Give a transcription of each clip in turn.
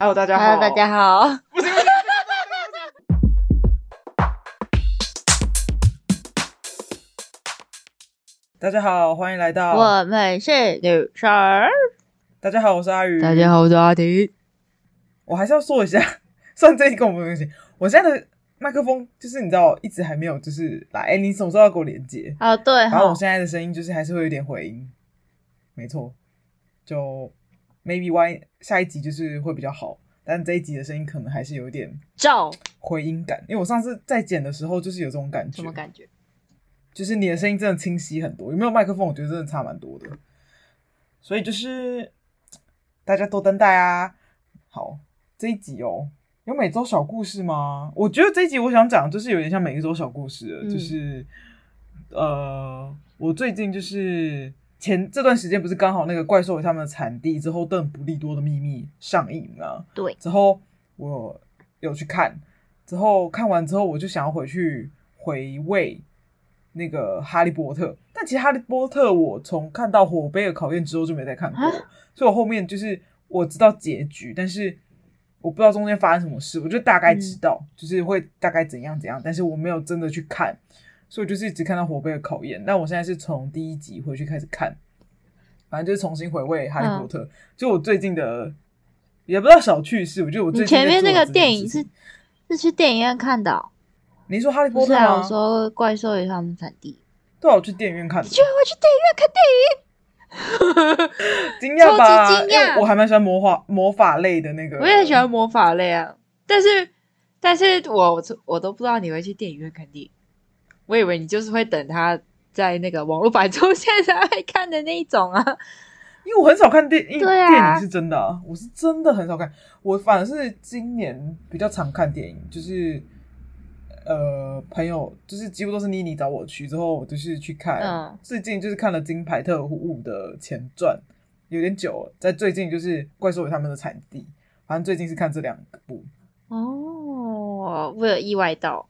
Hello， 大家好。 Hello， 大家好。 大家好，欢迎来到我们是女生。 大家好，我是阿宇。 大家好，我是阿迪。 我还是要说一下，虽然这一跟我没关系，我现在的麦克风就是你知道一直还没有就是来，你什么时候要给我连接？ 哦，对， 然后我现在的声音就是还是会有点回音，没错，就 maybe 下一集就是会比较好，但这一集的声音可能还是有一点回音感，因为我上次在剪的时候就是有这种感觉。 什么感觉？ 就是你的声音真的清晰很多，有没有麦克风？我觉得真的差蛮多的，所以就是大家多担待啊。好，这一集有每周小故事吗？我觉得这一集我想讲就是有点像每一周小故事了，就是我最近就是这段时间不是刚好那个怪兽与他们的产地之后邓布利多的秘密上映啊， 对， 之后我有去看，之后看完之后我就想要回去回味那个哈利波特，但其实哈利波特我从看到火杯的考验之后就没再看过，所以我后面就是我知道结局，但是我不知道中间发生什么事，我就大概知道，就是会大概怎样，但是我没有真的去看，所以我就是一直看到火杯的考验。但我现在是从第一集回去开始看，反正就是重新回味哈利波特。就我最近的也不知道小趣事，我觉得我最近你前面那个电影是去电影院看的你说哈利波特吗？我说怪兽与他们产地。 对啊，我去电影院看的。 你居然会去电影院看电影？ 惊讶吧？ 超级惊讶！ 我还蛮喜欢魔法类的那个。 我也喜欢魔法类啊，但是我都不知道你会去电影院看电影，我以为你就是会等他在那个网络版出现才会看的那一种啊。 因为我很少看电影， 对啊， 电影是真的啊，我是真的很少看。我反而是今年比较常看电影，就是朋友就是几乎都是妮妮找我去，之后我就是去看。最近就是看了金牌特务的前传，有点久了。在最近就是怪兽与他们的产地，反正最近是看这两部。 哦，我有意外到。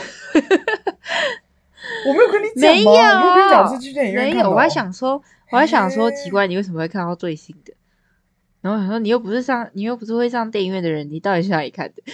我没有跟你讲吗？我没有跟你讲我是去电影院看的。 没有，我还想说奇怪，你为什么会看到最新的？然后想说你又不是会上电影院的人，你到底是哪里看的？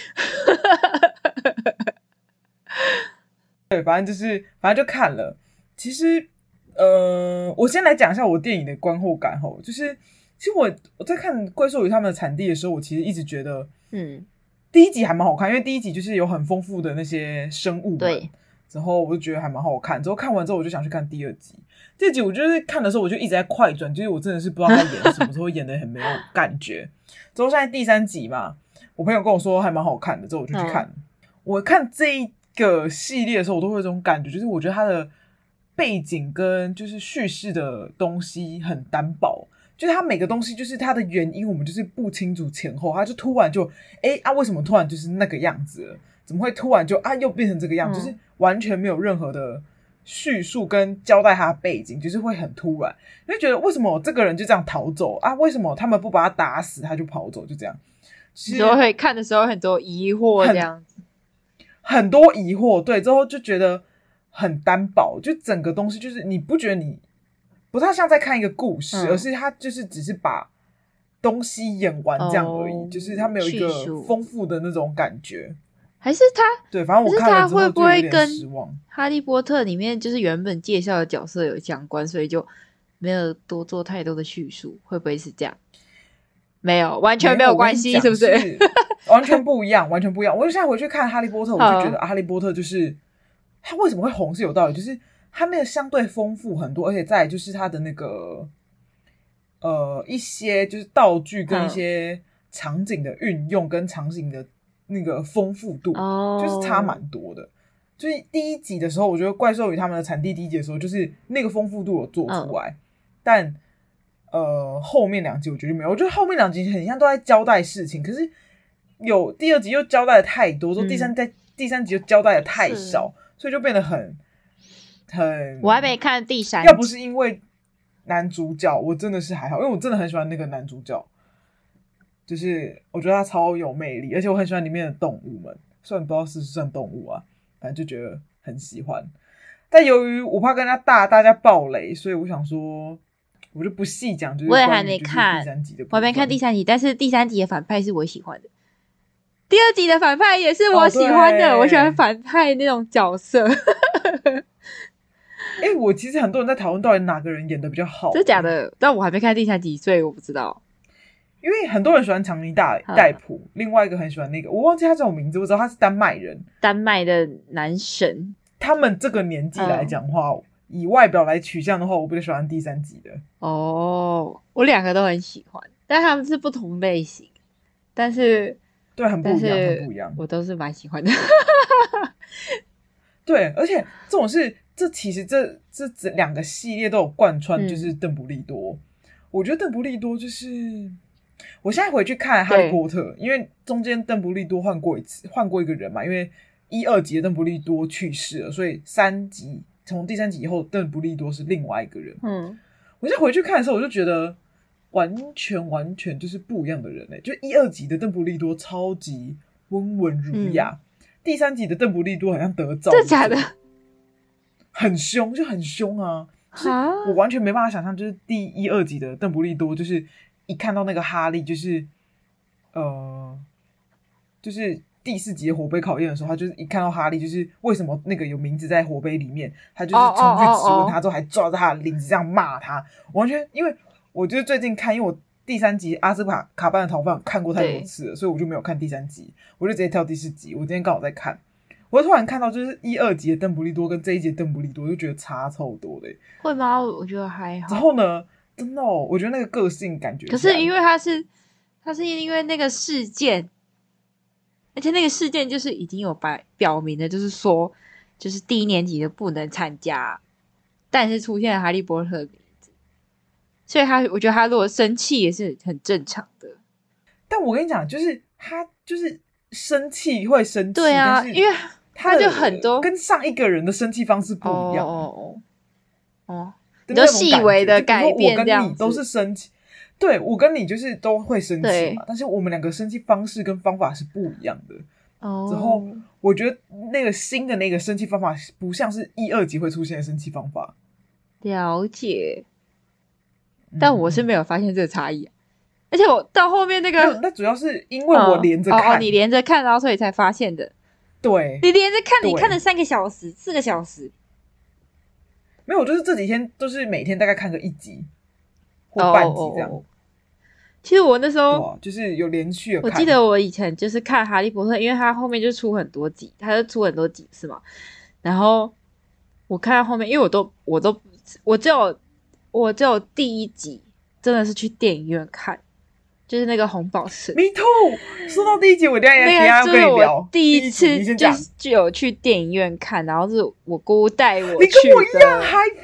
对，反正就看了。其实我先来讲一下我电影的观后感吼，就是其实我在看《怪兽与他们的产地》的时候，我其实一直觉得，第一集还蛮好看，因为第一集就是有很丰富的那些生物们， 对， 之后我就觉得还蛮好看。之后看完之后，我就想去看第二集。第二集我就是看的时候，我就一直在快转，就是我真的是不知道他演什么时候演的很没有感觉。之后现在第三集嘛，我朋友跟我说还蛮好看的，之后我就去看。我看这一个系列的时候，我都会有这种感觉，就是我觉得它的背景跟就是叙事的东西很单薄，就是它每个东西就是它的原因我们就是不清楚前后，它就突然就为什么突然就是那个样子了？怎么会突然就又变成这个样子？就是完全没有任何的叙述跟交代他的背景，就是会很突然，你会觉得为什么这个人就这样逃走啊？为什么他们不把他打死他就跑走？就这样， 就会看的时候很多疑惑，这样子很多疑惑，对，之后就觉得很单薄，就整个东西就是你不觉得你不太像在看一个故事，而是他就是只是把东西演完这样而已，就是他没有一个丰富的那种感觉。 还是他对，反正我看了之后就有点失望。 哈利波特里面就是原本介绍的角色有相关，所以就没有多做太多的叙述，会不会是这样？没有，完全没有关系，是不是？ 完全不一样，完全不一样。我就现在回去看哈利波特，我就觉得哈利波特就是他为什么会红是有道理，就是他那个相对丰富很多，而且再来就是他的那个一些就是道具跟一些场景的运用跟场景的那个丰富度，就是差蛮多的。就是第一集的时候，我觉得怪兽与他们的产地第一集的时候，就是那个丰富度有做出来，但后面两集我觉得没有。我觉得后面两集很像都在交代事情，可是有第二集又交代的太多，说第三集又交代的太少，所以就变得很。 我还没看第三集， 要不是因为男主角，我真的是还好，因为我真的很喜欢那个男主角。就是我觉得他超有魅力，而且我很喜欢里面的动物们，虽然不知道是不是算动物啊，反正就觉得很喜欢。但由于我怕跟他大家爆雷，所以我想说我就不细讲，就是我也还关于就是没看第三集的部分， 我还没看第三集，但是第三集的反派是我喜欢的，第二集的反派也是我喜欢的， 对我喜欢反派那种角色。 我其实很多人在讨论到底哪个人演的比较好， 真的假的？但我还没看第三集，所以我不知道。 因为很多人喜欢强尼戴普，另外一个很喜欢那个，我忘记他这种名字，我知道他是丹麦人， 丹麦的男神。 他们这个年纪来讲话，以外表来取向的话，我比较喜欢第三集的。 哦，我两个都很喜欢，但他们是不同类型，但是对，很不一样，很不一样。 我都是蛮喜欢的。 对，而且这种是，这其实这两个系列都有贯穿，就是邓布利多。我觉得邓布利多就是，我现在回去看《哈利波特》，因为中间邓布利多换过一个人嘛，因为1、2集的邓布利多去世了，所以从第三集以后，邓布利多是另外一个人。我现在回去看的时候，我就觉得完全就是不一样的人就1、2集的邓布利多超级温文儒雅。第三集的邓布利多好像得躁， 真的假的？ 很凶，就很凶啊！我完全没办法想象，就是第1、2集的邓布利多，就是一看到那个哈利，就是第4集的火杯考验的时候，他就是一看到哈利，就是为什么那个有名字在火杯里面，他就是冲去质问他，之后还抓着他的领子这样骂他，完全因为我就是最近看，因为我第3集阿兹卡班的逃犯看过太多次了，所以我就没有看第3集，我就直接跳第4集。我今天刚好在看，我突然看到就是1、2集的邓布利多跟这一集的邓布利多，我就觉得差超多的。 会吗？我觉得还好。 然后呢，真的我觉得那个个性感觉， 可是因为他是因为那个事件，而且那个事件就是已经有表明的，就是说，就是低年级的不能参加，但是出现了哈利波特的名字，所以我觉得他如果生气也是很正常的。 但我跟你讲，就是他就是生气会生气， 对啊，因为他就很多跟上一个人的生气方式不一样。 你就细微的改变， 我跟你都是生气，对，我跟你就是都会生气嘛，但是我们两个生气方式跟方法是不一样的。之后我觉得那个新的那个生气方法不像是1、2集会出现的生气方法。 了解，但我是没有发现这个差异而且我到后面那主要是因为我连着看， 你连着看，然后所以才发现的。 对， 你连着看，你看了3个小时、4个小时。 没有，就是这几天都是每天大概看个1集或半集这样。 其实我那时候就是有连续的看。 我记得我以前就是看哈利波特，因为他后面就出很多集，他就出很多集是吗？然后我看到后面，因为我只有第1集真的是去电影院看，就是那个红宝石。 Me too。说到第1集，我等一下要跟你聊。 我第一次就有去电影院看，然后是我姑带我去的。 你跟我一样 ，high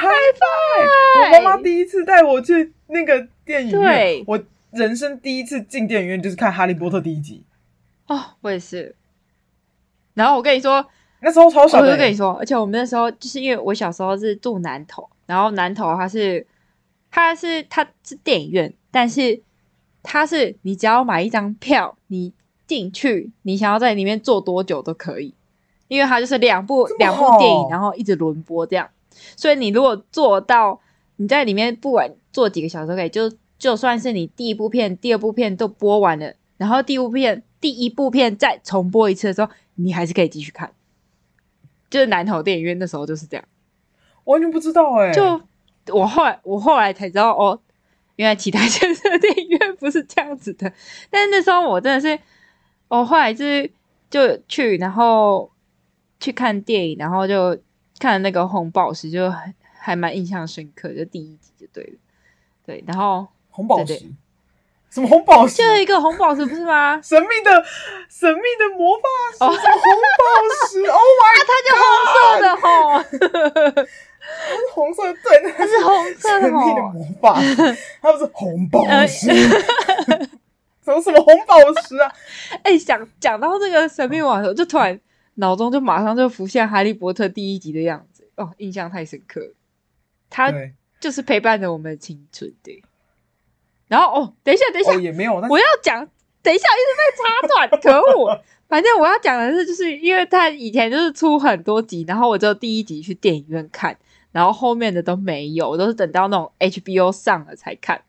five。我妈妈第一次带我去那个电影院，我人生第一次进电影院就是看《哈利波特》第1集。 我也是。然后我跟你说， 那时候超小的。 我就跟你说，而且我们那时候就是因为我小时候是住南投，然后南投它是电影院，但是它是你只要买1张票，你进去，你想要在里面坐多久都可以，因为它就是两部电影，然后一直轮播这样。所以你如果坐到你在里面不管坐几个小时都可以，就算是你第1部片、第2部片都播完了，然后第1部片再重播一次的时候，你还是可以继续看。就是南投电影院那时候就是这样， 完全不知道就我后来才知道原来其他县市的电影院不是这样子的。但是那时候我真的是，我后来就去，然后去看电影，然后就看了那个红宝石，就还蛮印象深刻，就第1集就对了。对，然后红宝石，什么红宝石？ 就一个红宝石不是吗？ 神秘的魔法石，什么红宝石 ？Oh my god！ 它就红色的吼。 它是红色的，对， 它是红色的神秘的魔法石，它不是红宝石。什么红宝石啊？ 讲到这个神秘魔法石，就突然脑中就马上就浮现哈利波特第1集的样子，印象太深刻了。它就是陪伴着我们的青春，对。然后等一下， 也没有， 我要讲，等一下一直在插断，可恶！反正我要讲的是，就是因为他以前就是出很多集，然后我只有第1集去电影院看， 然后后面的都没有，我都是等到那种 HBO 上了才看。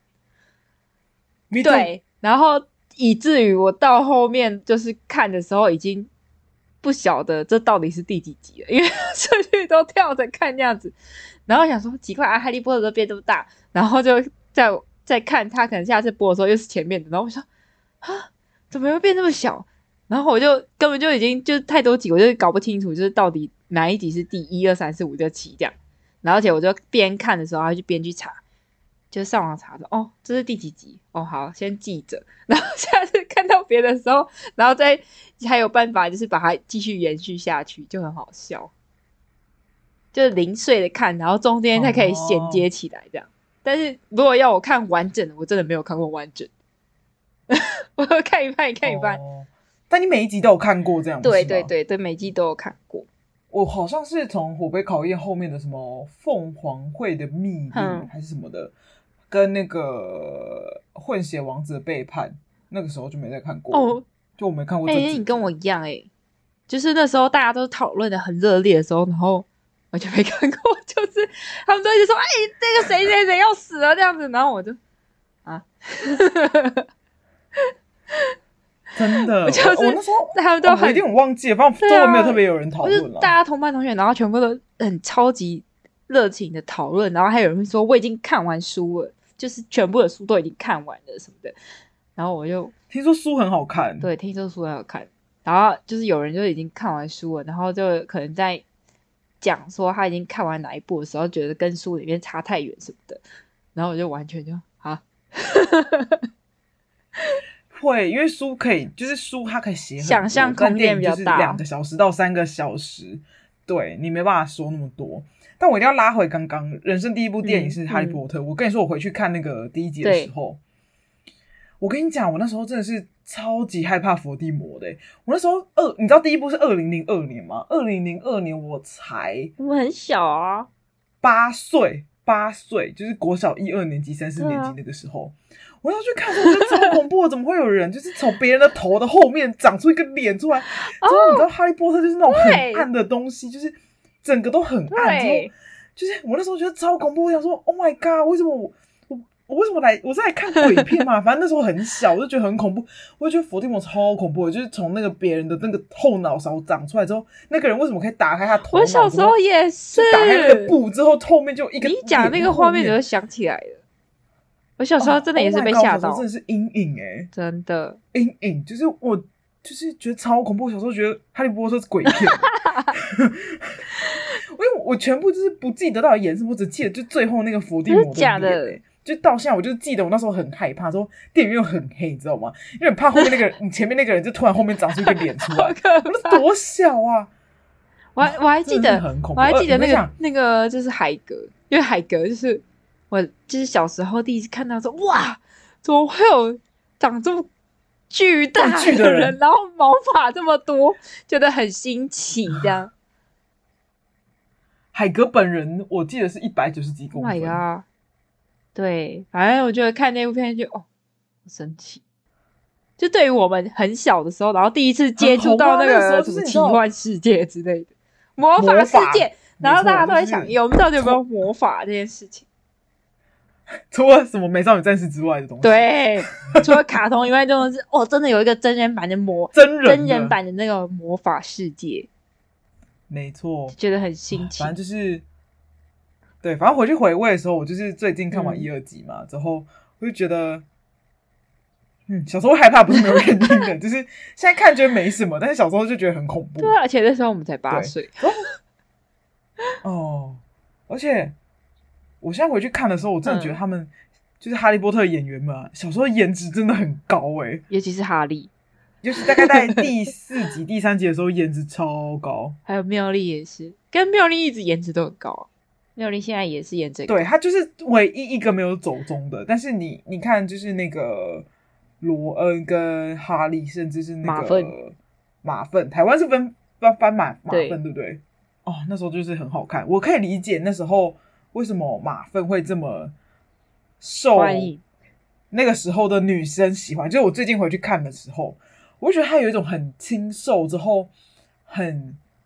对，然后以至于我到后面就是看的时候已经不晓得这到底是第几集了，因为顺序都跳着看这样子，然后想说奇怪啊，哈利波特都变这么大，然后就再看他可能下次播的时候又是前面的，然后我说啊，怎么会变这么小？然后我就根本就已经就是太多集，我就搞不清楚就是到底哪一集是第1、2、3、4、5、6、7这样，然后而且我就边看的时候还就边去查。就上网查说这是第几集好先记着，然后下次看到别的时候，然后再还有办法就是把它继续延续下去，就很好笑，就是零碎的看，然后中间才可以衔接起来这样。但是如果要我看完整的，我真的没有看过完整我看一半看一半但你每一集都有看过这样？ 对对对对，每集都有看过。 我好像是从火杯考验后面的什么凤凰会的密令还是什么的，跟那个混血王子的背叛，那个时候就没再看过就我没看过这你跟我一样就是那时候大家都讨论的很热烈的时候，然后我就没看过，就是他们都一直说这个谁谁谁要死了这样子，然后我就真的， 就是我那时候他们都我一定忘记了，反正周围没有特别有人讨论了。 大家同班同学，然后全部都很超级热情的讨论，然后还有人说我已经看完书了，就是全部的书都已经看完了什么的。然后我就听说书很好看， 对，听说书很好看。然后就是有人就已经看完书了，然后就可能在讲说他已经看完哪一部的时候，觉得跟书里面差太远什么的。然后我就完全就会，因为书可以，就是书它可以写很多， 想象空间比较大 ，2个小时到3个小时，对你没办法说那么多。但我一定要拉回刚刚人生第一部电影是《哈利波特》我跟你说，我回去看那个第1集的时候，我跟你讲，我那时候真的是超级害怕伏地魔的。我那时候你知道第一部是2002年吗？2002年我很小啊 ，8岁，就是国小1、2年级、3、4年级那个时候。我要去看的时候，我觉得超恐怖的，怎么会有人就是从别人的头的后面长出一个脸出来？之后你知道哈利波特就是那种很暗的东西，就是整个都很暗。之后就是我那时候觉得超恐怖，我想说 ，Oh my god， 为什么我为什么我是来看鬼片嘛？反正那时候很小，我就觉得很恐怖。我就觉得伏地魔超恐怖的，就是从那个别人的那个后脑勺长出来之后，那个人为什么可以打开他头脑？ 我小时候也是， 打开那个布之后，后面就一个。 你讲那个画面，我就想起来了。我小时候真的也是被吓到， 真的是阴影真的阴影，就是我就是觉得超恐怖。我小时候觉得哈利波特是鬼片，因为我全部就是不记得到底演什么，我只记得就最后那个伏地魔的脸。 假的。 就到现在，我就记得我那时候很害怕，说电影院很黑，你知道吗？因为很怕后面那个你前面那个人就突然后面长出一个脸出来，我那多小啊！ 我还记得，我还记得那个就是海格，因为海格就是我就是小时候第一次看到说，哇，怎么会有长这么巨大的人，然后毛发这么多，觉得很新奇这样。 海格本人我记得是190几公分。 Oh my god！ 对，反正我觉得看那部片就好神奇。就对于我们很小的时候，然后第一次接触到那个什么奇幻世界之类的魔法世界，然后大家都在想，我们到底有没有魔法这件事情？ 除了什么美少女战士之外的东西， 对，除了卡通以外，就是真的有一个真人版的真人版的那个魔法世界， 没错， 觉得很新奇。 反正就是对，反正回去回味的时候，我就是最近看完1、2集嘛，之后我就觉得，小时候害怕不是没有原因的，就是现在看觉得没什么，但是小时候就觉得很恐怖。 对，而且那时候我们才8岁。 而且我现在回去看的时候，我真的觉得他们就是哈利波特的演员们小时候颜值真的很高尤其是哈利， 就是大概在第4集、第3集的时候颜值超高， 还有妙丽也是，跟妙丽一直颜值都很高。妙丽现在也是颜值高， 对，他就是唯一一个没有走中的。但是你看，就是那个罗恩跟哈利，甚至是那个马粪，台湾是翻马粪，对不对？那时候就是很好看，我可以理解那时候为什么马粪会这么受那个时候的女生喜欢。就是我最近回去看的时候，我就觉得他有一种很清瘦之后很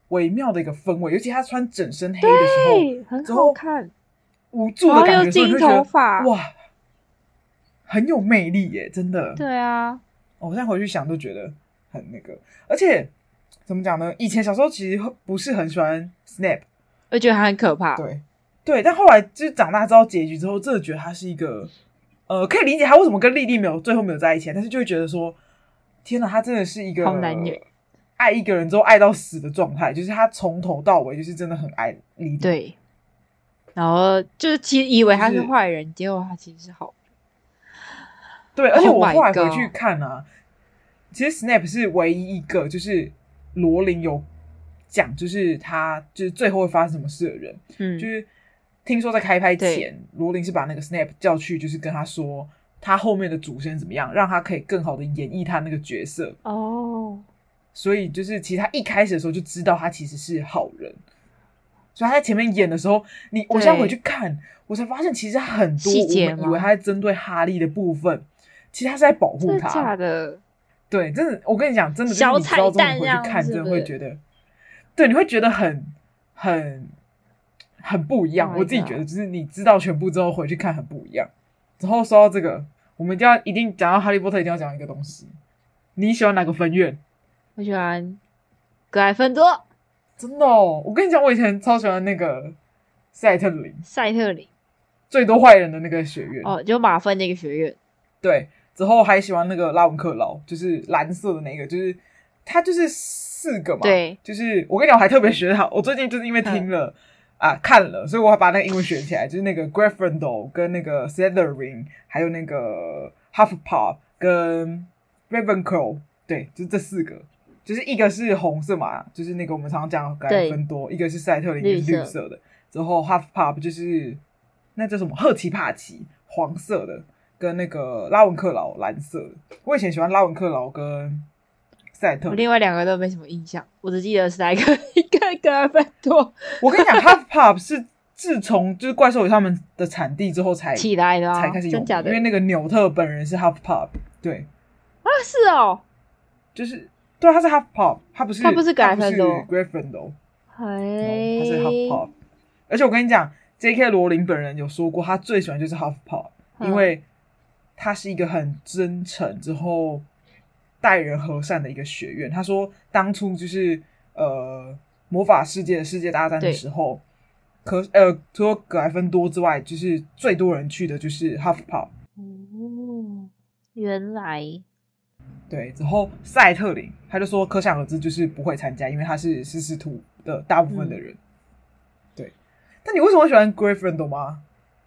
微妙的一个氛围，尤其他穿整身黑的时候， 对，很好看， 无助的感觉， 然后又金头发， 哇，很有魅力耶，真的。 对啊， 我现在回去想都觉得很那个，而且怎么讲呢？以前小时候其实不是很喜欢 Snap， 我觉得他很可怕。 对，但后来就是长大知道结局之后，真的觉得他是一个可以理解他为什么跟莉莉最后没有在一起，但是就会觉得说，天哪，他真的是一个好男人， 爱一个人之后爱到死的状态，就是他从头到尾就是真的很爱莉莉。 对，然后就是其实以为他是坏人，结果他其实是好人。 对，而且我后来回去看啊，其实 Snap 是唯一一个就是罗琳有讲，就是他就是最后会发生什么事的人。就是听说在开拍前，罗琳是把那个 Snap 叫去，就是跟他说他后面的主线怎么样，让他可以更好的演绎他那个角色。所以就是其实他一开始的时候就知道他其实是好人，所以他在前面演的时候，我现在回去看，我才发现其实很多我们以为他在针对哈利的部分，其实他是在保护他。 真的假的？ 对，真的，我跟你讲，真的就是你知道之后你回去看，真的会觉得，对，你会觉得很不一样。我自己觉得，就是你知道全部之后回去看很不一样。然后说到这个，我们一定讲到哈利波特，一定要讲一个东西。你喜欢哪个分院？ 我喜欢格莱芬多。 真的哦，我跟你讲，我以前超喜欢那个赛特林最多坏人的那个学院就马粪那个学院。 对，之后还喜欢那个拉文克劳，就是蓝色的那个，就是他就是4个嘛。 对， 就是我跟你讲，我还特别学好，我最近就是因为听了看了，所以我还把那个英文学起来，就是那个 Gryffindor 跟那个 Slytherin 还有那个 Hufflepuff 跟 Ravenclaw， 对，就是这4个。就是一个是红色嘛，就是那个我们常常讲格莱芬多，一个是赛特林，就是绿色的。之后 Hufflepuff 就是那叫什么赫奇帕奇，黄色的，跟那个拉文克劳蓝色的。我以前喜欢拉文克劳跟赛特林， 我另外2个都没什么印象，我只记得是一个格莱芬多。 我跟你讲，Hufflepuff 是自从就是怪兽有他们的产地之后才起来的， 才开始有， 真假的？ 因为那个纽特本人是 Hufflepuff， 对是哦， 就是对，他是 Hufflepuff， 他不是格莱芬多 ，Gryffindor， 他是 Hufflepuff。而且我跟你讲 ，J.K. 罗琳本人有说过，他最喜欢就是 Hufflepuff， 因为他是一个很真诚之后待人和善的一个学院。他说，当初就是魔法世界的世界大战的时候，除了格莱芬多之外，就是最多人去的就是 Hufflepuff。 原来。 对，之后赛特林他就说可想而知就是不会参加，因为他是食尸徒的大部分的人。对，但你为什么会喜欢 Gryffindor 吗？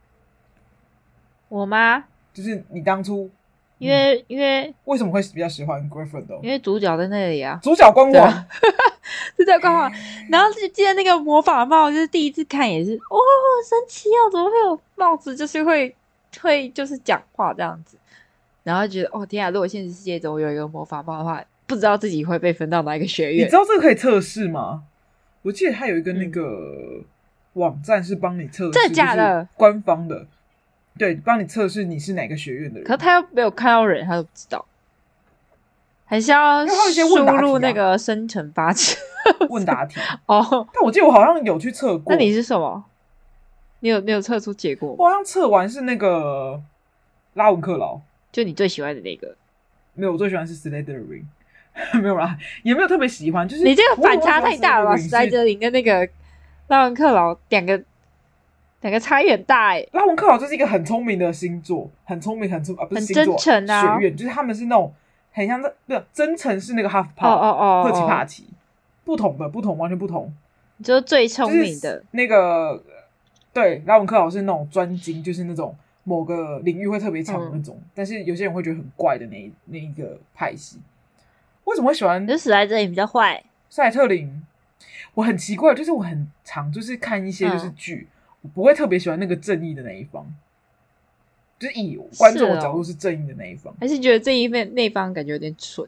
我吗？ 就是你当初因为为什么会比较喜欢 Gryffindor？ 因为主角在那里啊， 主角光环， 主角光环。然后记得那个魔法帽，就是第一次看也是神奇哦，怎么会有帽子，就是会就是讲话这样子。然后觉得天啊！如果现实世界中有一个魔法帽的话，不知道自己会被分到哪一个学院。 你知道这个可以测试吗？我记得它有一个那个网站是帮你测试， 真的假的？ 就是官方的，对，帮你测试你是哪个学院的人。 可是他又没有看到人，他都不知道，还是要输入那个生辰八字问答题但我记得我好像有去测过。 那你是什么？你有测出结果吗？ 我好像测完是那个拉文克劳。 就你最喜欢的那个？ 没有，我最喜欢是 Slytherin。没有啦，也没有特别喜欢。就是你这个反差太大了吧？Slytherin跟那个拉文克劳两个差异很大拉文克劳就是一个很聪明的星座，很聪明，不是星座， 很真诚啊。 学院就是他们是那种很像真诚是那个 Hufflepuff 赫奇帕奇，不同，完全不同。 就是最聪明的、 就是、那个，对，拉文克劳是那种专精，就是那种。某个领域会特别强的那种，但是有些人会觉得很怪的那一个派系。为什么会喜欢？ 就死在这里比较坏。 赛特林，我很奇怪，就是我很常就是看一些就是剧，我不会特别喜欢那个正义的那一方，就是以观众的角度是正义的那一方， 还是觉得正义那方感觉有点蠢。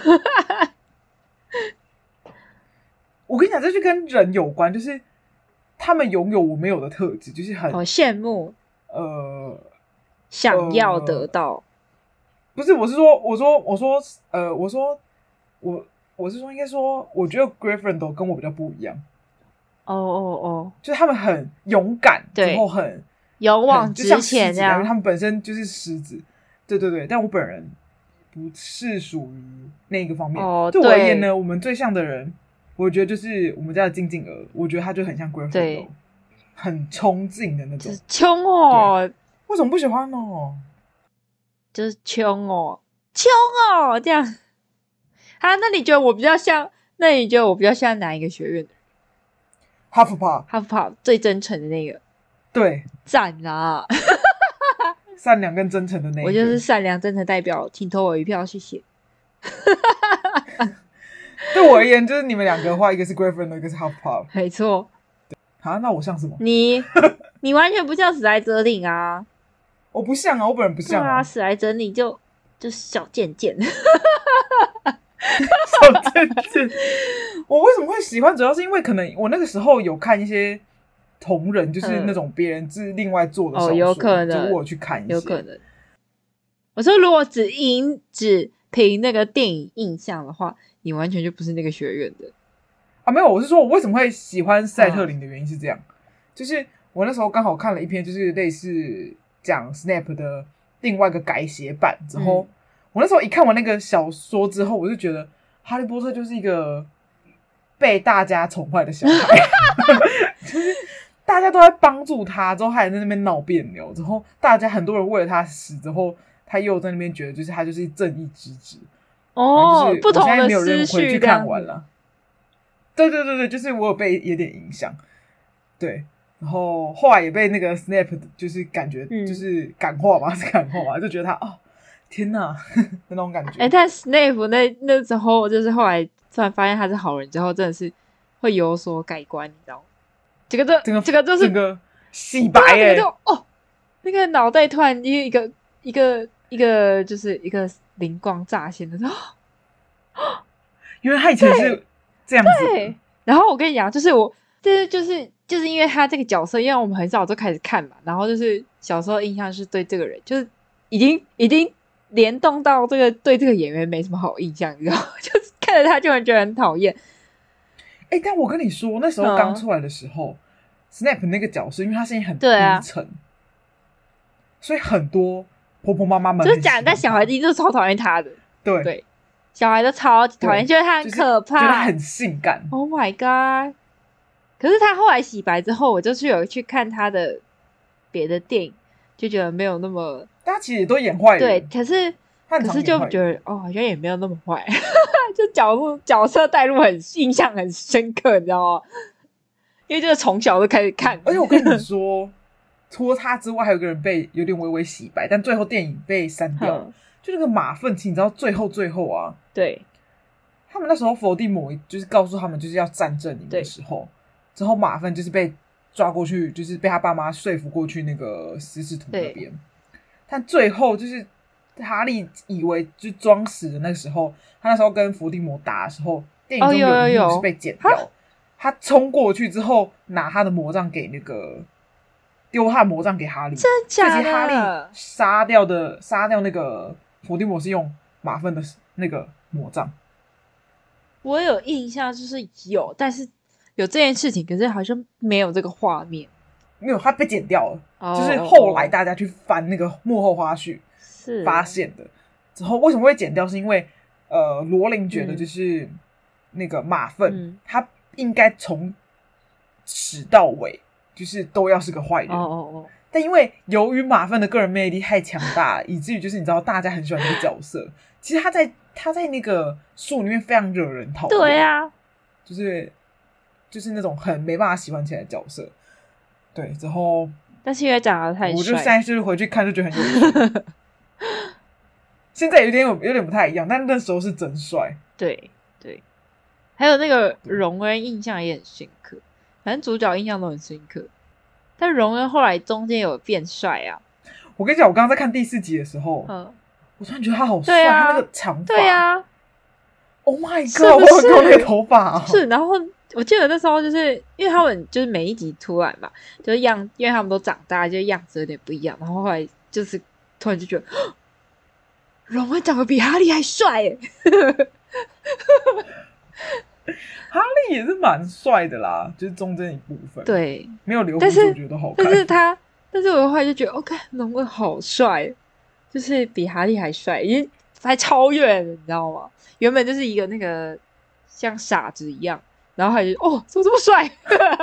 我跟你讲，这就跟人有关，就是他们拥有我没有的特质，就是很羡慕。想要得到， 不是，我是说，我我是说应该说，我觉得 Gryffindor 跟我比较不一样。 哦， 就是他们很勇敢， 对， 之后很勇往直前这样， 因为他们本身就是狮子。对，但我本人不是属于那个方面。对我而言呢，我们最像的人，我觉得就是我们家的静静儿，我觉得他就很像 Gryffindor， 很冲劲的那种， 冲哦。 为什么不喜欢呢？ 就是冲哦这样。啊，那你觉得我比较像？那你觉得我比较像哪一个学院的人？ 哈弗帕最真诚的那个。 对， 赞啦！ 善良跟真诚的那个。 我就是善良真诚代表，请投我一票，谢谢。 对我而言，就是你们两个的话，一个是 Gryffindor， 一个是 Hufflepuff。 没错。 啊，那我像什么？ 你完全不像史莱哲林啊！ 我不像啊，我本人不像啊。史莱哲林就小贱贱。 小贱贱。我为什么会喜欢？主要是因为可能我那个时候有看一些同人，就是那种别人是另外做的小说， 有可能， 就我有去看一些， 有可能。我说，如果只凭那个电影印象的话，你完全就不是那个学院的啊。没有，我是说我为什么会喜欢赛特林的原因是这样，就是我那时候刚好看了一篇，就是类似讲 Snape 的另外一个改写版之后，我那时候一看完那个小说之后，我就觉得哈利波特就是一个被大家宠坏的小孩，就是大家都在帮助他，之后他还在那边闹别扭，之后大家很多人为了他死，之后他又在那边觉得就是他就是正义之子。 哦，不同的思绪，我现在没有人回去看完了。对，就是我有被有点影响。对，然后后来也被那个 Snape 就是感觉就是感化嘛，是感化嘛，就觉得他哦，天哪那种感觉。 但 Snape 那时候就是后来突然发现他是好人之后，真的是会有所改观，你知道吗？这个就是整个洗白那个脑袋突然一个就是一个灵光乍现的时候， 因为他以前是这样子。 对，然后我跟你讲，就是就是因为他这个角色，因为我们很早就开始看嘛，然后就是小时候印象是对这个人，就是已经联动到这个对这个演员没什么好印象，你知道吗？就是看着他就会觉得很讨厌。 但我跟你说，那时候刚出来的时候，Snape 那个角色，因为他声音很低沉，所以很多婆婆妈妈们就是讲，但小孩一定都超讨厌他的。对，小孩都超级讨厌，觉得他很可怕， 觉得很性感。 Oh my god！ 可是他后来洗白之后，我就有去看他的别的电影，就觉得没有那么， 大家其实也都演坏人。 对，可是就觉得好像也没有那么坏，就角色带入印象很深刻，你知道吗？因为就是从小就开始看。 而且我跟你说，除了他之外，还有个人被有点微微洗白，但最后电影被删掉了。就那个马粪奇，你知道最后啊， 对， 他们那时候伏地魔就是告诉他们就是要战阵营的时候，之后马粪就是被抓过去，就是被他爸妈说服过去那个死使徒那边。但最后就是哈利以为就装死的那个时候，他那时候跟伏地魔打的时候，电影中有一幕是被剪掉。他冲过去之後，拿他的魔杖给那个丢他的魔杖给哈利， 真假的？ 其实哈利杀掉那个伏地魔是用马粪的那个魔杖。 我有印象，就是有，但是有这件事情，可是好像没有这个画面。 没有，他被剪掉了。就是后来大家去翻那个幕后花絮，是发现的。之后为什么会剪掉？是因为罗琳觉得就是那个马粪，他应该从始到尾就是都要是个坏人。但因为由于马粪的个人魅力太强大，以至于就是你知道大家很喜欢这个角色。其实他在那个书里面非常惹人讨厌。 对啊， 就是那种很没办法喜欢起来的角色。对，之后但是因为长得太帅， 我就现在就是回去看就觉得很有趣。现在有点不太一样，但那时候是真帅。 对，还有那个荣恩印象也很深刻，反正主角印象都很深刻。但荣恩后来中间有变帅啊！ 我跟你讲，我刚刚在看第4集的时候，我突然觉得他好帅，他那个长发， 对啊 ，Oh my god， 我很多那个头发是，然后我记得那时候就是因为他们就是每一集出来嘛，就是因为他们都长大，就样子有点不一样，然后后来就是突然就觉得，荣恩长得比哈利还帅耶！ 也是蛮帅的啦，就是中间一部分。 对， 没有留胡子我觉得都好看。 但是我后来就觉得 OK， 龙恩好帅，就是比哈利还帅，因为还超越了，你知道吗？原本就是一个那个像傻子一样，然后还就怎么这么帅？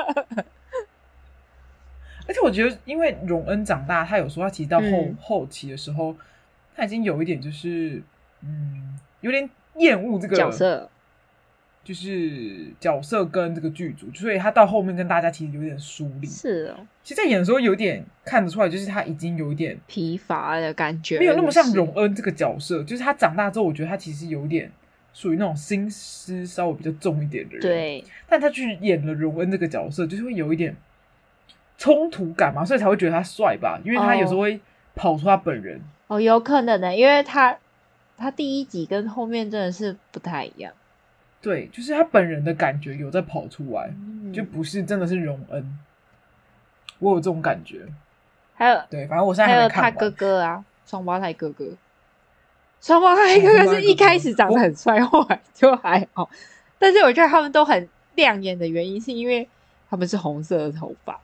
而且我觉得，因为荣恩长大，他有时候他其实到后期的时候，他已经有一点就是有点厌恶这个角色， 就是角色跟这个剧组，所以他到后面跟大家其实有点疏离。 是哦， 其实在演的时候有点看得出来，就是他已经有一点疲乏的感觉， 没有那么像荣恩这个角色。就是他长大之后，我觉得他其实有点属于那种心思稍微比较重一点的人。 对， 但他去演了荣恩这个角色，就是会有一点冲突感嘛，所以才会觉得他帅吧，因为他有时候会跑出他本人。 有可能的，因为他第一集跟后面真的是不太一样。 对，就是他本人的感觉有在跑出来，就不是真的是荣恩。我有这种感觉。 还有， 对，反正我现在还没看完。 他哥哥啊，双胞胎哥哥，双胞胎哥哥是一开始长得很帅，后来就还好。但是我觉得他们都很亮眼的原因，是因为他们是红色的头发。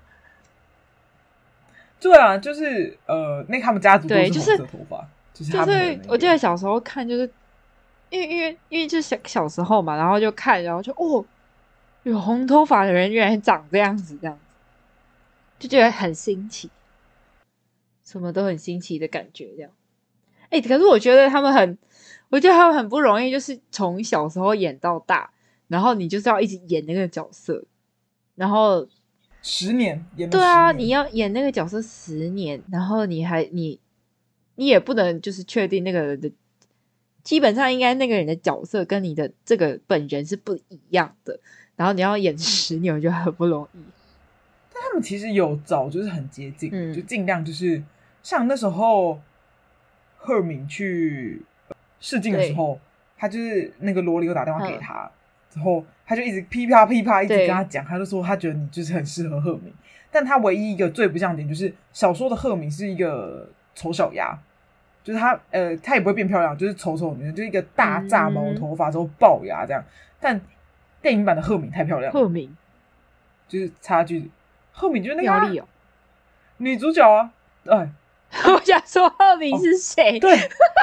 对啊，就是那他们家族都是红色头发，就是他们的我记得小时候看，就是因为就是小时候嘛，然后就看，然后就有红头发的人原来长这样子，就觉得很新奇，什么都很新奇的感觉，这样。可是我觉得他们很不容易，就是从小时候演到大，然后你就是要一直演那个角色，然后 10年演了10年。 对啊，你要演那个角色10年，然后你也不能就是确定那个人的，基本上应该那个人的角色跟你的这个本人是不一样的，然后你要演10年，我觉得很不容易。 但他们其实有找就是很接近，就尽量就是像那时候赫敏去试镜的时候，他就是那个罗里有打电话给他，之后他就一直噼啪噼啪一直跟他讲，他就说他觉得你就是很适合赫敏，但他唯一一个最不像的点就是小说的赫敏是一个丑小鸭，就是他也不会变漂亮，就是丑丑的，就是一个大炸毛头发之后龅牙这样，但电影版的赫敏太漂亮了， 赫敏就是差距，赫敏就是那个、哦、 女主角啊， 我想说赫敏是谁？ 对，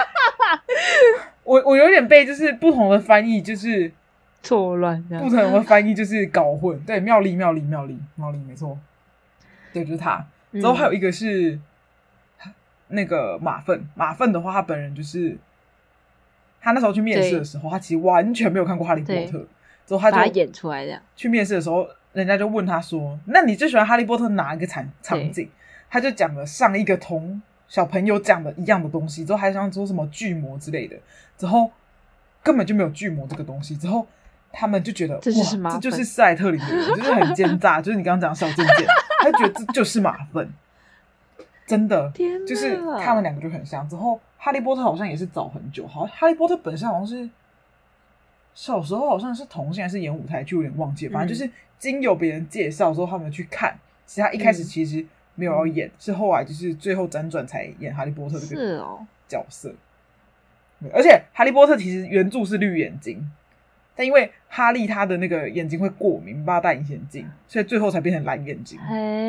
我有点被就是不同的翻译就是错乱， 不同的翻译就是搞混。对，妙丽没错，对，就是他。之后还有一个是那个马粪的话，他本人就是他那时候去面试的时候，他其实完全没有看过哈利波特，之后他就把他演出来的。 去面试的时候，人家就问他说：“那你最喜欢哈利波特哪一个场景？”他就讲了上一个同小朋友讲的一样的东西，之后还想说什么巨魔之类的，之后根本就没有巨魔这个东西，之后他们就觉得这就是斯莱特林的人，就是很奸诈，就是你刚刚讲的小贱贱，他就觉得这就是马粪，真的，就是他们两个就很像。之后哈利波特好像也是早很久，好像哈利波特本身好像是小时候好像是同性还是演舞台剧，有点忘记了，反正就是经由别人介绍之后他们去看，其实他一开始其实没有要演，是后来就是最后辗转才演哈利波特这个角色。而且哈利波特其实原著是绿眼睛，但因为哈利他的那个眼睛会过敏，没办法戴隐形眼镜，所以最后才变成蓝眼睛。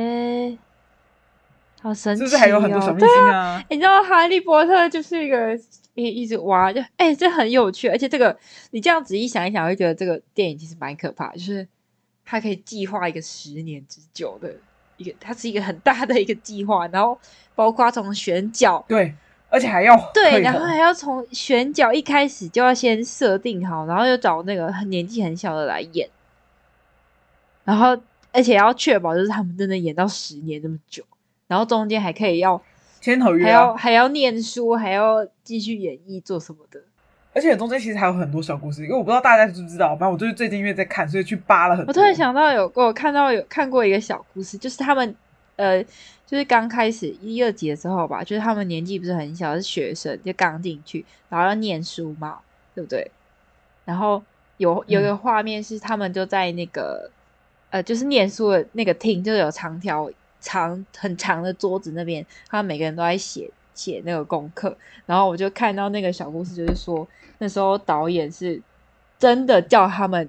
好神奇哦！ 是不是还有很多小秘辛啊？ 你知道哈利波特就是一个一直挖，就这很有趣，而且这个你这样仔细想一想，会觉得这个电影其实蛮可怕的，就是它可以计划一个10年之久的它是一个很大的一个计划，然后包括从选角， 对，而且还要对，然后还要从选角一开始就要先设定好，然后又找那个年纪很小的来演，然后而且要确保就是他们真的演到10年那么久，然后中间还可以要签合约还要念书，还要继续演绎做什么的。 而且中间其实还有很多小故事，因为我不知道大家知不知道，反正我就是最近因为在看，所以去扒了很多。 我突然想到有看过一个小故事，就是他们就是刚开始1、2集的时候吧，就是他们年纪不是很小，是学生，就刚进去，然后要念书嘛，对不对？然后有一个画面是他们就在那个就是念书的那个厅，就有很长的桌子那边，他们每个人都在写那个功课，然后我就看到那个小故事，就是说那时候导演是真的叫他们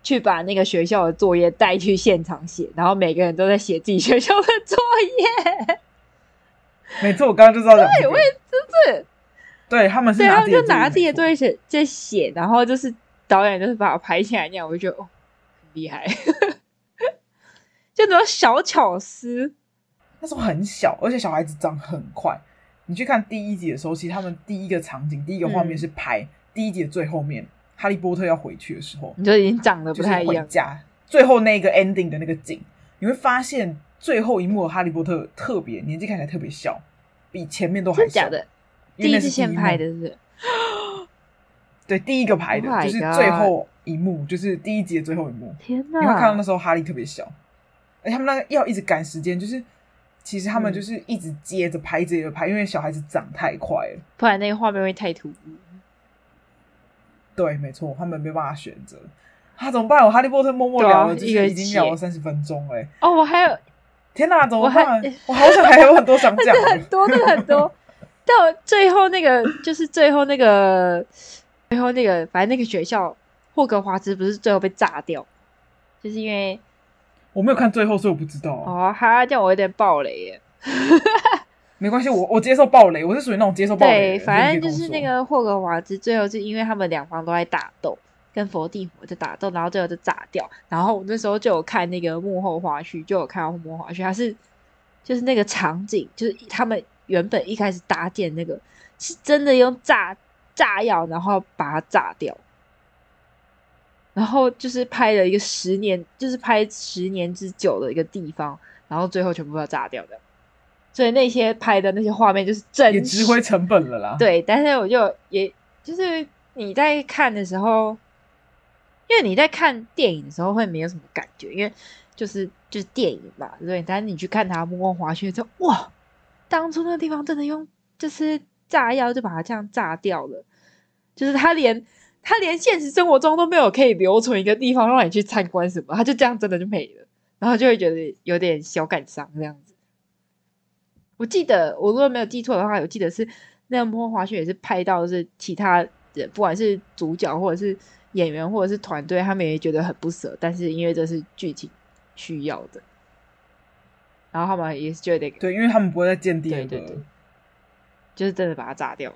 去把那个学校的作业带去现场写，然后每个人都在写自己学校的作业。 没错，我刚刚就知道讲这个。 对，我也是。 对，他们是对，他们就拿拿自己的作业在写，然后就是导演就是把我拍起来那样，我就觉得很厉害，就那种小巧思。 那时候很小，而且小孩子长很快。你去看第一集的时候，其实他们第一个场景、第一个画面是拍第一集的最后面，哈利波特要回去的时候， 你就已经长得不太一样。 就是回家最后那个 ending 的那个景，你会发现最后一幕的哈利波特特别年纪看起来特别小，比前面都还小。 是假的？第一次先拍的是不是？ 对，第一个拍的、就是最后一幕，就是第一集的最后一幕。 天哪！ 你会看到那时候哈利特别小，而且他们那个要一直赶时间，就是其实他们就是一直接着拍，接着拍，因为小孩子长太快了， 不然那个画面会太突兀。 对，没错，他们没办法选择。怎么办？我哈利波特默默聊了，就是已经聊了30分钟了。 哦，我还有， 天哪，怎么办？我好想还有很多想讲， 真的很多，真的很多。但我最后那个，就是最后那个，反正那个学校霍格华兹不是最后被炸掉，就是因为我没有看最后，所以我不知道。 哦，哈，这样我有点爆雷耶。 没关系，我接受爆雷，我是属于那种接受爆雷的人。 对，反正就是那个霍格华兹最后是因为他们两方都在打斗，跟伏地魔在打斗，然后最后就炸掉。然后我那时候就有看那个幕后花絮，就有看到幕后花絮，它是就是那个场景，就是他们原本一开始搭建那个是真的用炸药，然后把它炸掉。然后就是拍了一个10年，就是拍10年之久的一个地方，然后最后全部要炸掉的。所以那些拍的那些画面就是真实， 也值回成本了啦。 对，但是我就也就是你在看的时候，因为你在看电影的时候会没有什么感觉，因为就是电影嘛，对不对？但是你去看它幕后花絮之后，哇，当初那个地方真的用就是炸药就把它这样炸掉了，就是他连现实生活中都没有可以留存一个地方让你去参观什么，他就这样真的就没了，然后就会觉得有点小感伤这样子。我记得我如果没有记错的话，我记得是那个幕后花絮也是拍到是其他人，不管是主角或者是演员或者是团队，他们也觉得很不舍，但是因为这是剧情需要的，然后他们也是觉得对，因为他们不会再建第二个， 对，就是真的把它炸掉。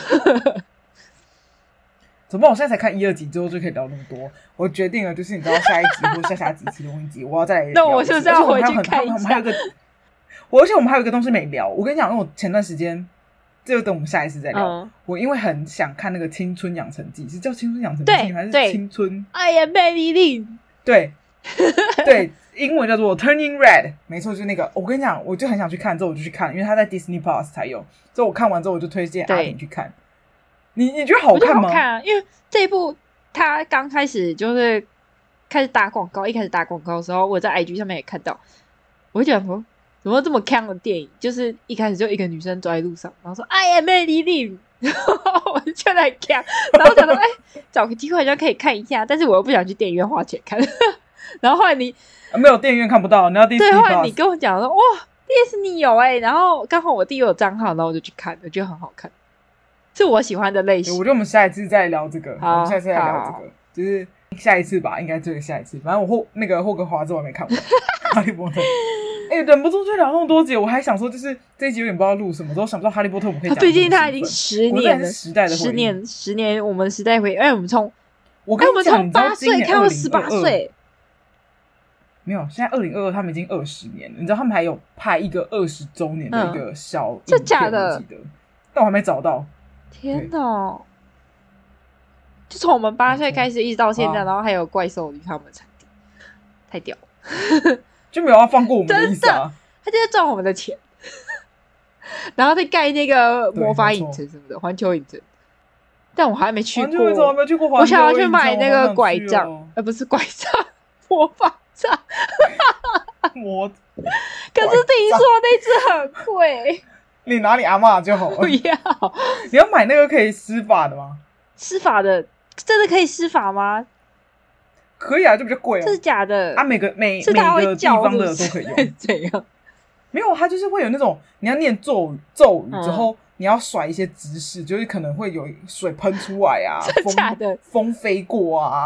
怎么办？我现在才看1、2集之后就可以聊那么多。我决定了，就是你知道下一集或下几期的一集，我要再来聊。 那我是不是要回去看一下？ 而且我们还有一个东西没聊。我跟你讲，因为我前段时间，这就等我们下一次再聊。我因为很想看那个《青春养成记》，是叫《青春养成记》还是《青春 I am Maybelline》？ 对对，英文叫做 Turning Red， 没错，就是那个。我跟你讲，我就很想去看，之后我就去看，因为它在 Disney Plus 才有。之后我看完之后，我就推荐阿婷去看。你觉得好看吗？ 好看啊，因为这一部它刚开始就是开始打广告，一开始打广告的时候，我在 IG 上面也看到，我就想说。怎么这么鏘的电影？就是一开始就一个女生走在路上，然后说 "I am Maybelline"， 然后我就觉得很鏘，然后想说找个机会好像可以看一下，但是我又不想去电影院花钱看。然后后来你没有电影院看不到，你要 Disney Plus。 对，后来你跟我讲说哇，Disney有然后刚好我弟有账号，然后我就去看，我觉得很好看，是我喜欢的类型。 我觉得我们下一次再聊这个， 我们下次再聊这个，就是下一次吧，应该就是下一次。反正我那个霍格华兹我还没看完，哈利波特。忍不住就聊那么多集，我还想说，就是这一集有点不知道录什么，之后想不到哈利波特我们可以讲。 毕竟他已经10年了， 时代的回忆 10年，我们时代回忆。我们从我跟你讲， 从8岁看到18岁， 没有，现在2022他们已经20年了。你知道他们还有拍一个20周年的一个小影片， 这假的？ 我记得，但我还没找到。 天哪！就从我们8岁开始一直到现在，然后还有怪兽与他们的产地，太屌了。 就没有要放过我们的意思啊！ 他就在赚我们的钱，然后再盖那个魔法影城什么的，环球影城。但我还没去过， 我没有去过环球影城。 我想要去买那个拐杖，不是拐杖，魔法杖。可是听说那只很贵。 你拿你阿嬷就好了。 不要， 你要买那个可以施法的吗？ 施法的真的可以施法吗？ 可以啊，就比较贵啊。 这是假的啊，每个地方的都可以用。 怎样？ 没有，它就是会有那种你要念咒语之后，你要甩一些姿势，就是可能会有水喷出来啊， 真的假的？ 风飞过啊，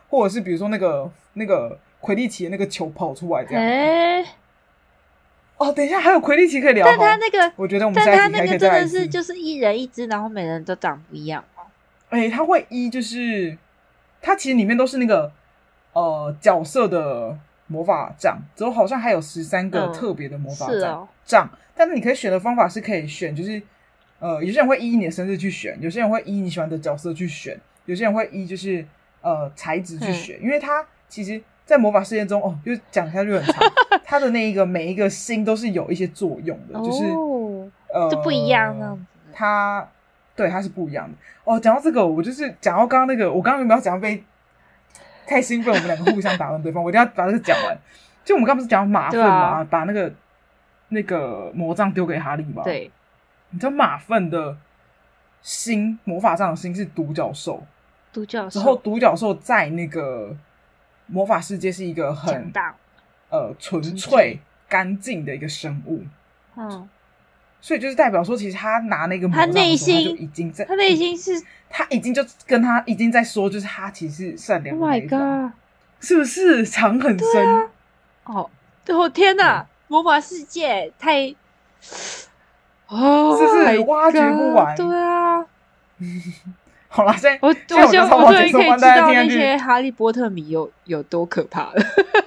或者是比如说那个魁地奇的那个球跑出来这样。哦，等一下还有魁地奇可以聊。 但他那个， 我觉得我们下一集还可以再来一次。 但他那个真的是就是一人一只，然后每人都长不一样哦。 他会就是他其实里面都是那个角色的魔法杖，之后好像还有13个特别的魔法杖，但是你可以选的方法是可以选，就是有些人会依你的生日去选，有些人会依你喜欢的角色去选，有些人会依就是材质去选，因为它其实在魔法世界中就是讲下去很长，它的那一个每一个星都是有一些作用的，就是就不一样这样子。 它是不一样的。讲到这个，我就是讲到刚刚那个，我刚刚有没有讲到被太兴奋，我们两个互相打断对方，我一定要把这个讲完。就我们刚不是讲马粪嘛，把那个魔杖丢给哈利嘛？ 对， 你知道马粪的星魔法杖的星是独角兽，然后独角点在那个魔法世界是一个很纯粹干净的一个生物，所以就是代表说，其实他拿那个魔杖的时候，他就已经在， 他内心是， 他已经就跟他已经在说，就是他其实是善良的那一方。 Oh my god， 是不是藏很深？ 天哪！魔法世界太是不是挖掘不完？ 对啊。 好啦，现在我终于可以知道那些哈利波特迷有多可怕了。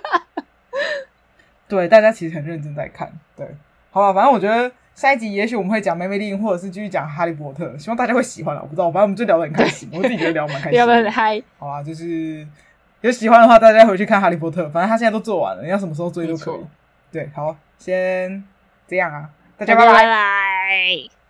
对，大家其实很认真在看。对，好了，反正我觉得下一集也许我们会讲梅梅丽，或者是继续讲哈利波特，希望大家会喜欢啦。我不知道，反正我们就聊得很开心，我自己觉得聊蛮开心， 聊得很嗨。 好啦，就是有喜欢的话，大家回去看哈利波特，反正他现在都做完了，你要什么时候追都可以。对，好，先这样啊，大家拜拜。